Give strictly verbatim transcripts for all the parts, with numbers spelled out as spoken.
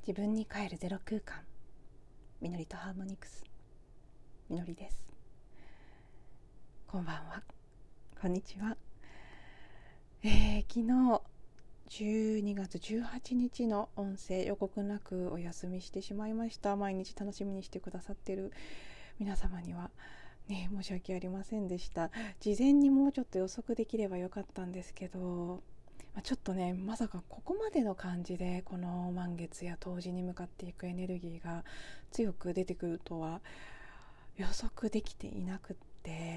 自分に帰るゼロ空間、みのりとハーモニクス、みのりです。こんばんは、こんにちは。えー、昨日じゅうにがつじゅうはちにちの音声予告なくお休みしてしまいました。毎日楽しみにしてくださっている皆様にはね、申し訳ありませんでした。事前にもうちょっと予測できればよかったんですけど、ちょっとね、まさかここまでの感じでこの満月や冬至に向かっていくエネルギーが強く出てくるとは予測できていなくって、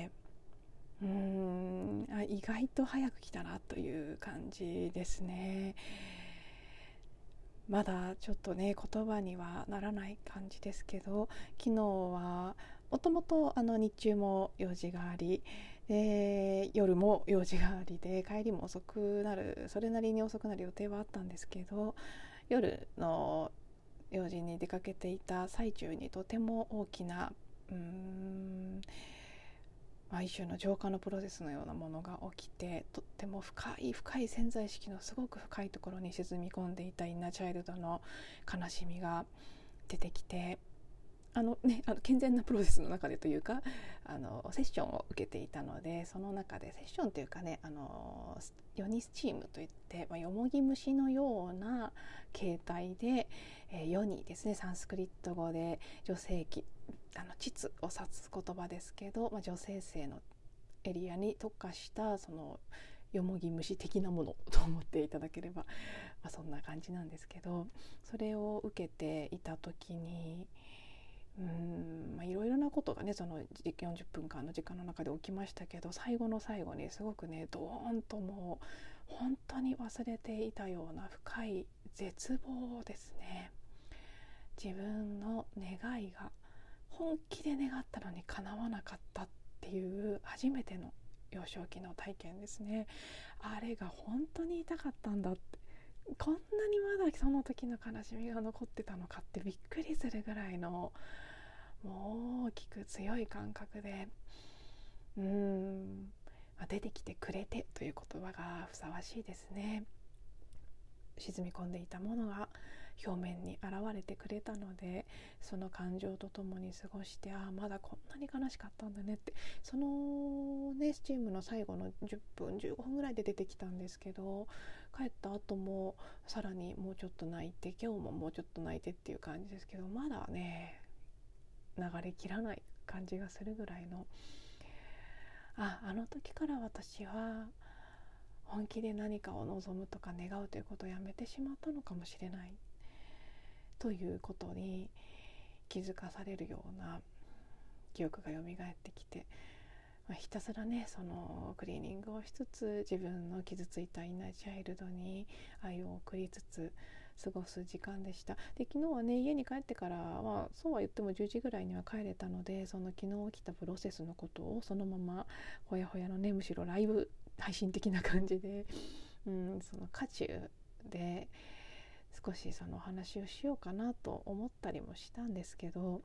うーんあ意外と早く来たなという感じですね。まだちょっとね言葉にはならない感じですけど、昨日はもともとあの日中も用事があり、で夜も用事がありで帰りも遅くなる、それなりに遅くなる予定はあったんですけど、夜の用事に出かけていた最中にとても大きなうーん、まあ、一種の浄化のプロセスのようなものが起きて、とっても深い深い潜在意識のすごく深いところに沈み込んでいたインナーチャイルドの悲しみが出てきて、あのね、あの健全なプロセスの中でというか、あのセッションを受けていたので、その中でセッションというかね、あのヨニスチームといって、まあ、よもぎ虫のような形態で、えー、ヨニですね、サンスクリット語で女性器、あの膣を指す言葉ですけど、まあ、女性性のエリアに特化したそのよもぎ虫的なものと思っていただければ、まあ、そんな感じなんですけど、それを受けていた時にうーん、まあ、いろいろなことがね、そのよんじゅっぷんかんの時間の中で起きましたけど、最後の最後にすごくね、ドーンともう本当に忘れていたような深い絶望ですね。自分の願いが本気で願ったのに叶わなかったっていう初めての幼少期の体験ですね。あれが本当に痛かったんだって、こんなにまだその時の悲しみが残ってたのかってびっくりするぐらいの、もう大きく強い感覚で、うーん、まあ、出てきてくれてという言葉がふさわしいですね。沈み込んでいたものが表面に現れてくれたので、その感情とともに過ごして、ああまだこんなに悲しかったんだねって、そのねスチームの最後のじゅっぷんじゅうごふんぐらいで出てきたんですけど、帰った後もさらにもうちょっと泣いて、今日ももうちょっと泣いてっていう感じですけど、まだね流れきらない感じがするぐらいの、ああの時から私は本気で何かを望むとか願うということをやめてしまったのかもしれないということに気づかされるような記憶が蘇ってきて、まあ、ひたすらねそのクリーニングをしつつ、自分の傷ついたインナーチャイルドに愛を送りつつ過ごす時間でした。で昨日はね家に帰ってから、まあ、そうは言ってもじゅうじぐらいには帰れたので、その昨日起きたプロセスのことをそのままほやほやのね、むしろライブ配信的な感じで、うん、その渦中で少しそのお話をしようかなと思ったりもしたんですけど、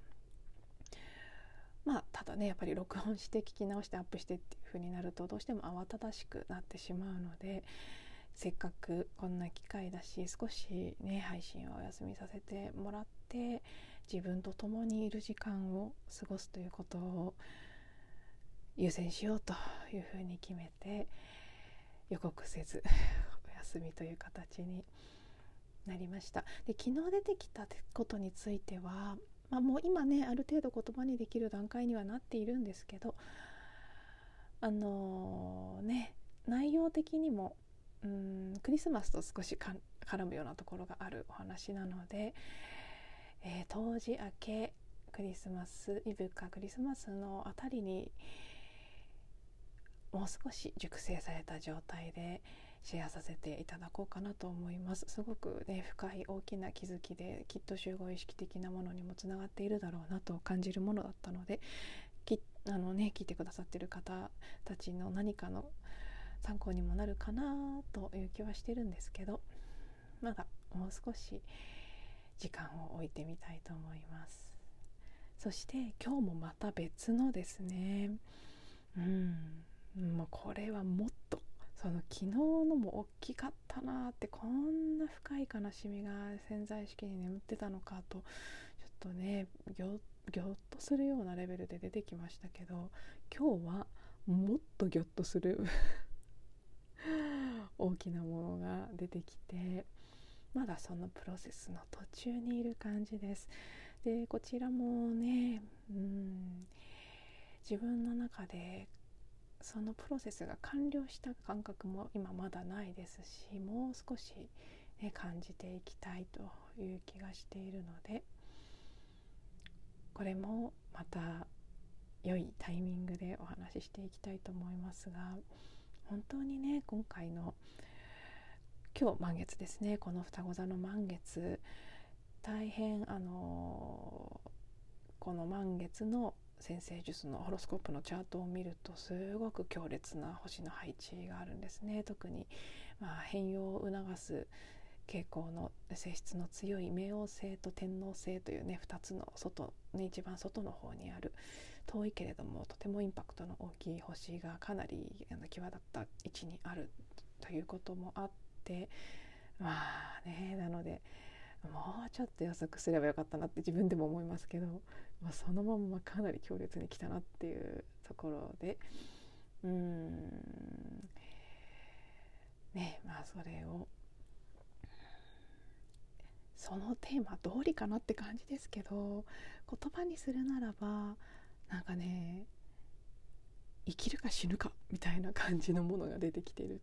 まあただねやっぱり録音して聞き直してアップしてっていう風になるとどうしても慌ただしくなってしまうので、せっかくこんな機会だし少しね配信をお休みさせてもらって、自分と共にいる時間を過ごすということを優先しようという風に決めて、予告せずお休みという形になりました。で昨日出てきたことについては、まあ、もう今ねある程度言葉にできる段階にはなっているんですけど、あのー、ね内容的にもうーんクリスマスと少しか絡むようなところがあるお話なので、えー、冬至明けクリスマスイブかクリスマスのあたりにもう少し熟成された状態でシェアさせていただこうかなと思います。すごくね深い大きな気づきで、きっと集合意識的なものにもつながっているだろうなと感じるものだったので、きあのね聞いてくださっている方たちの何かの参考にもなるかなという気はしてるんですけど、まだもう少し時間を置いてみたいと思います。そして今日もまた別のですね、うんもうこれはもっとその昨日のも大きかったなって、こんな深い悲しみが潜在意識に眠ってたのかと、ちょっとねぎょぎょっとするようなレベルで出てきましたけど、今日はもっとぎょっとする大きなものが出てきて、まだそのプロセスの途中にいる感じです。でこちらもね、うん自分の中でそのプロセスが完了した感覚も今まだないですし、もう少し、ね、感じていきたいという気がしているので、これもまた良いタイミングでお話ししていきたいと思いますが、本当にね今回の今日満月ですね、この双子座の満月、大変あのこの満月の占星術のホロスコープのチャートを見ると、すごく強烈な星の配置があるんですね。特に、まあ、変容を促す傾向の性質の強い冥王星と天王星というねふたつの外、ね、一番外の方にある遠いけれどもとてもインパクトの大きい星がかなりあの際立った位置にあるということもあって、まあねなのでもうちょっと予測すればよかったなって自分でも思いますけど、まあ、そのまんまかなり強烈に来たなっていうところで、うーんねまあそれをそのテーマ通りかなって感じですけど、言葉にするならばなんかね、生きるか死ぬかみたいな感じのものが出てきてる。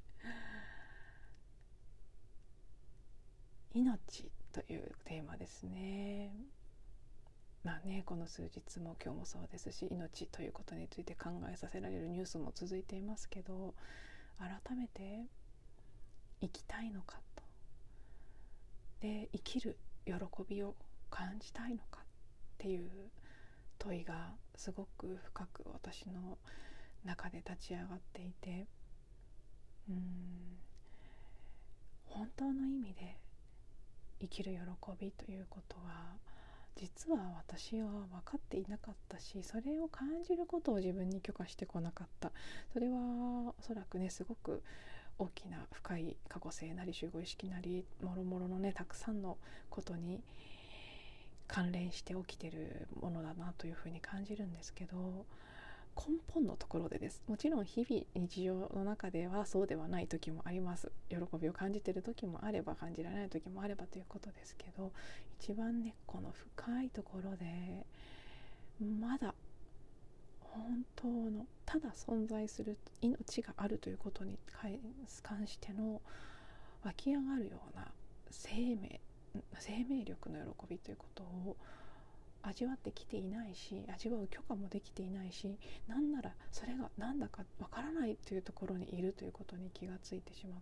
命というテーマですね。まあねこの数日も今日もそうですし、命ということについて考えさせられるニュースも続いていますけど、改めて生きたいのかと、で生きる喜びを感じたいのかっていう問いがすごく深く私の中で立ち上がっていて、うーん本当の意味で生きる喜びということは実は私は分かっていなかったし、それを感じることを自分に許可してこなかった。それはおそらくねすごく大きな深い過去性なり集合意識なりもろもろのねたくさんのことに関連して起きてるものだなというふうに感じるんですけど、根本のところでです。もちろん日々日常の中ではそうではない時もあります。喜びを感じている時もあれば感じられない時もあればということですけど、一番根っこの深いところでまだ本当のただ存在する命があるということに関しての湧き上がるような生命生命力の喜びということを味わってきていないし、味わう許可もできていないし、なんならそれがなんだかわからないというところにいるということに気がついてしまって、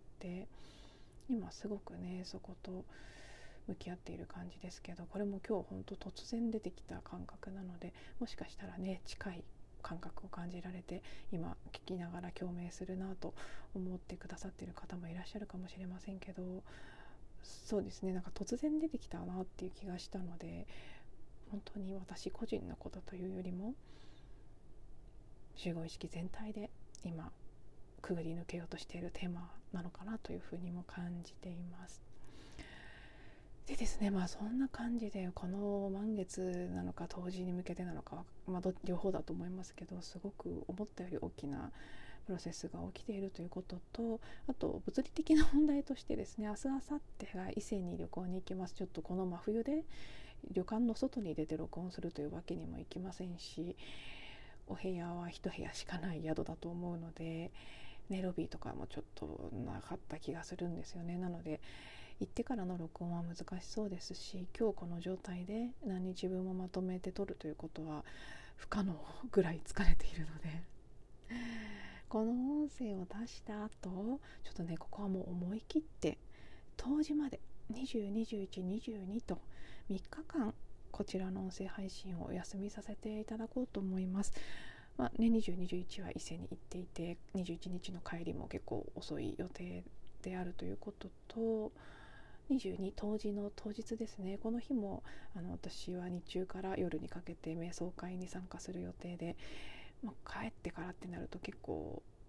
今すごくねそこと向き合っている感じですけど、これも今日本当突然出てきた感覚なので、もしかしたらね近い感覚を感じられて今聞きながら共鳴するなと思ってくださっている方もいらっしゃるかもしれませんけど、そうですねなんか突然出てきたなっていう気がしたので、本当に私個人のことというよりも集合意識全体で今くぐり抜けようとしているテーマなのかなというふうにも感じています。でですねまあそんな感じでこの満月なのか冬至に向けてなのかは、まあ、両方だと思いますけど、すごく思ったより大きなプロセスが起きているということと、あと物理的な問題としてですね、明日明後日が伊勢に旅行に行きます。ちょっとこの真冬で旅館の外に出て録音するというわけにもいきませんし、お部屋は一部屋しかない宿だと思うので、ね、ロビーとかもちょっとなかった気がするんですよね。なので行ってからの録音は難しそうですし、今日この状態で何日分もまとめて撮るということは不可能ぐらい疲れているのでこの音声を出した後ちょっとねここはもう思い切って冬至までにじゅう、にじゅういち、にじゅうにとみっかかんこちらの音声配信をお休みさせていただこうと思います。まあね、にじゅう、にじゅういちは伊勢に行っていて、にじゅういちにちの帰りも結構遅い予定であるということと、にじゅうに冬至の当日ですね、この日もあの私は日中から夜にかけて瞑想会に参加する予定で、まあ、帰ってからってなると結構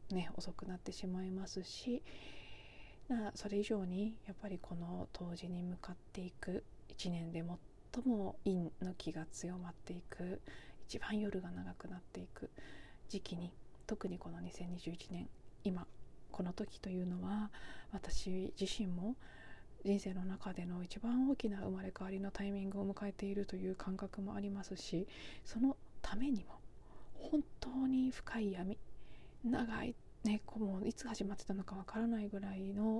ね遅くなってしまいますし、なそれ以上にやっぱりこの冬至に向かっていくいちねんで最も陰の気が強まっていく、一番夜が長くなっていく時期に、特にこのにせんにじゅういちねん今この時というのは、私自身も人生の中での一番大きな生まれ変わりのタイミングを迎えているという感覚もありますし、そのためにも本当に深い闇、長いね、もういつ始まってたのかわからないぐらいの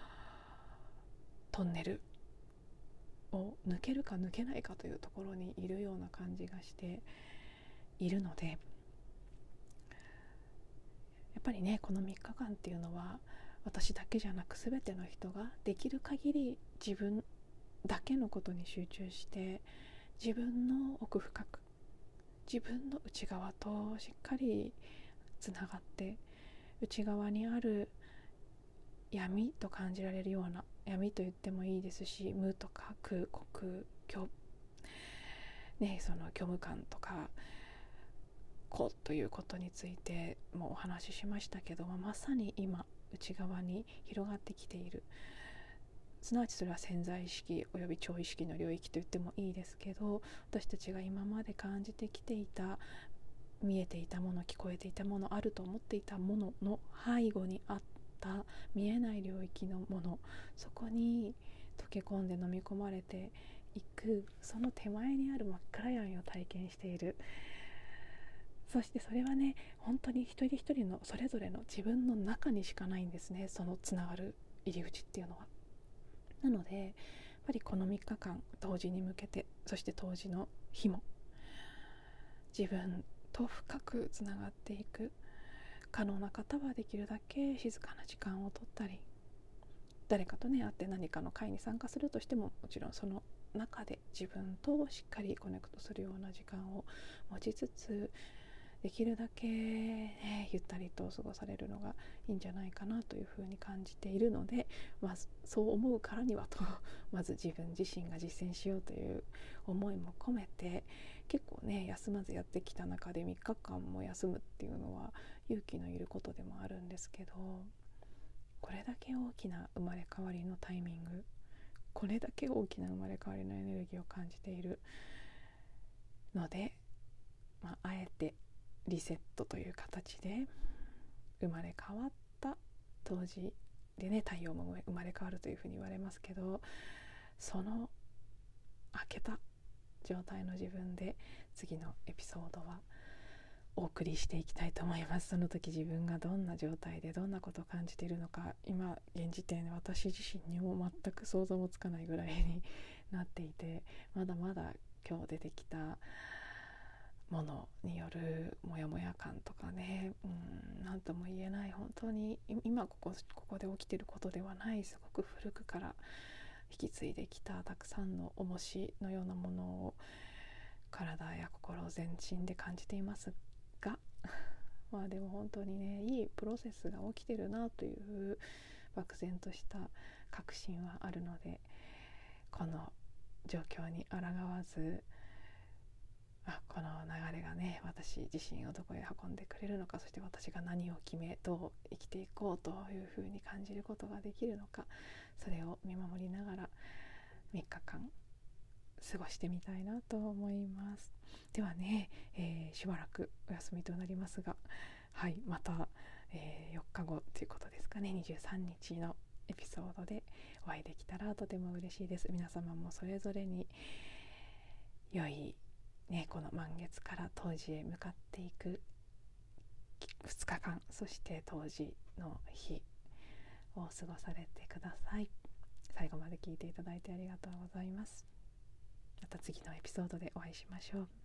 トンネルを抜けるか抜けないかというところにいるような感じがしているので、やっぱりねこのみっかかんっていうのは、私だけじゃなく全ての人ができる限り自分だけのことに集中して、自分の奥深く、自分の内側としっかりつながって、内側にある闇と感じられるような、闇と言ってもいいですし、無とか空虚虚ね、その虚無感とか個ということについてもお話ししましたけども、まさに今内側に広がってきている、すなわちそれは潜在意識および超意識の領域と言ってもいいですけど、私たちが今まで感じてきていた、見えていたもの、聞こえていたもの、あると思っていたものの背後にあった見えない領域のもの、そこに溶け込んで飲み込まれていく、その手前にある真っ暗闇を体験している。そしてそれはね、本当に一人一人のそれぞれの自分の中にしかないんですね、そのつながる入り口っていうのは。なのでやっぱりこのみっかかん冬至に向けて、そして冬至の日も自分と深くつながっていく、可能な方はできるだけ静かな時間をとったり、誰かとね会って何かの会に参加するとしても、もちろんその中で自分としっかりコネクトするような時間を持ちつつ、できるだけ、ね、ゆったりと過ごされるのがいいんじゃないかなというふうに感じているので、まあ、そう思うからにはとまず自分自身が実践しようという思いも込めて、結構ね休まずやってきた中でみっかかんも休むっていうのは勇気のいることでもあるんですけど、これだけ大きな生まれ変わりのタイミング、これだけ大きな生まれ変わりのエネルギーを感じているので、まあ、あえてリセットという形で生まれ変わった冬至でね、太陽も生まれ変わるというふうに言われますけど、その開けた状態の自分で次のエピソードはお送りしていきたいと思います。その時自分がどんな状態でどんなことを感じているのか、今現時点で私自身にも全く想像もつかないぐらいになっていて、まだまだ今日出てきたものによるモヤモヤ感とかね、うん、なんとも言えない、本当に今ここここで起きていることではない、すごく古くから引き継いできたたくさんの重しのようなものを体や心全身で感じていますがまあでも本当にね、いいプロセスが起きてるなという漠然とした確信はあるので、この状況に抗わず、あこの流れがね私自身をどこへ運んでくれるのか、そして私が何を決めどう生きていこうというふうに感じることができるのか、それを見守りながらみっかかん過ごしてみたいなと思います。ではね、えー、しばらくお休みとなりますが、はいまた、えー、よっかごということですかね、にじゅうさんにちのエピソードでお会いできたらとても嬉しいです。皆様もそれぞれに良いね、この満月から冬至へ向かっていくふつかかん、そして冬至の日を過ごされてください。最後まで聞いていただいてありがとうございます。また次のエピソードでお会いしましょう。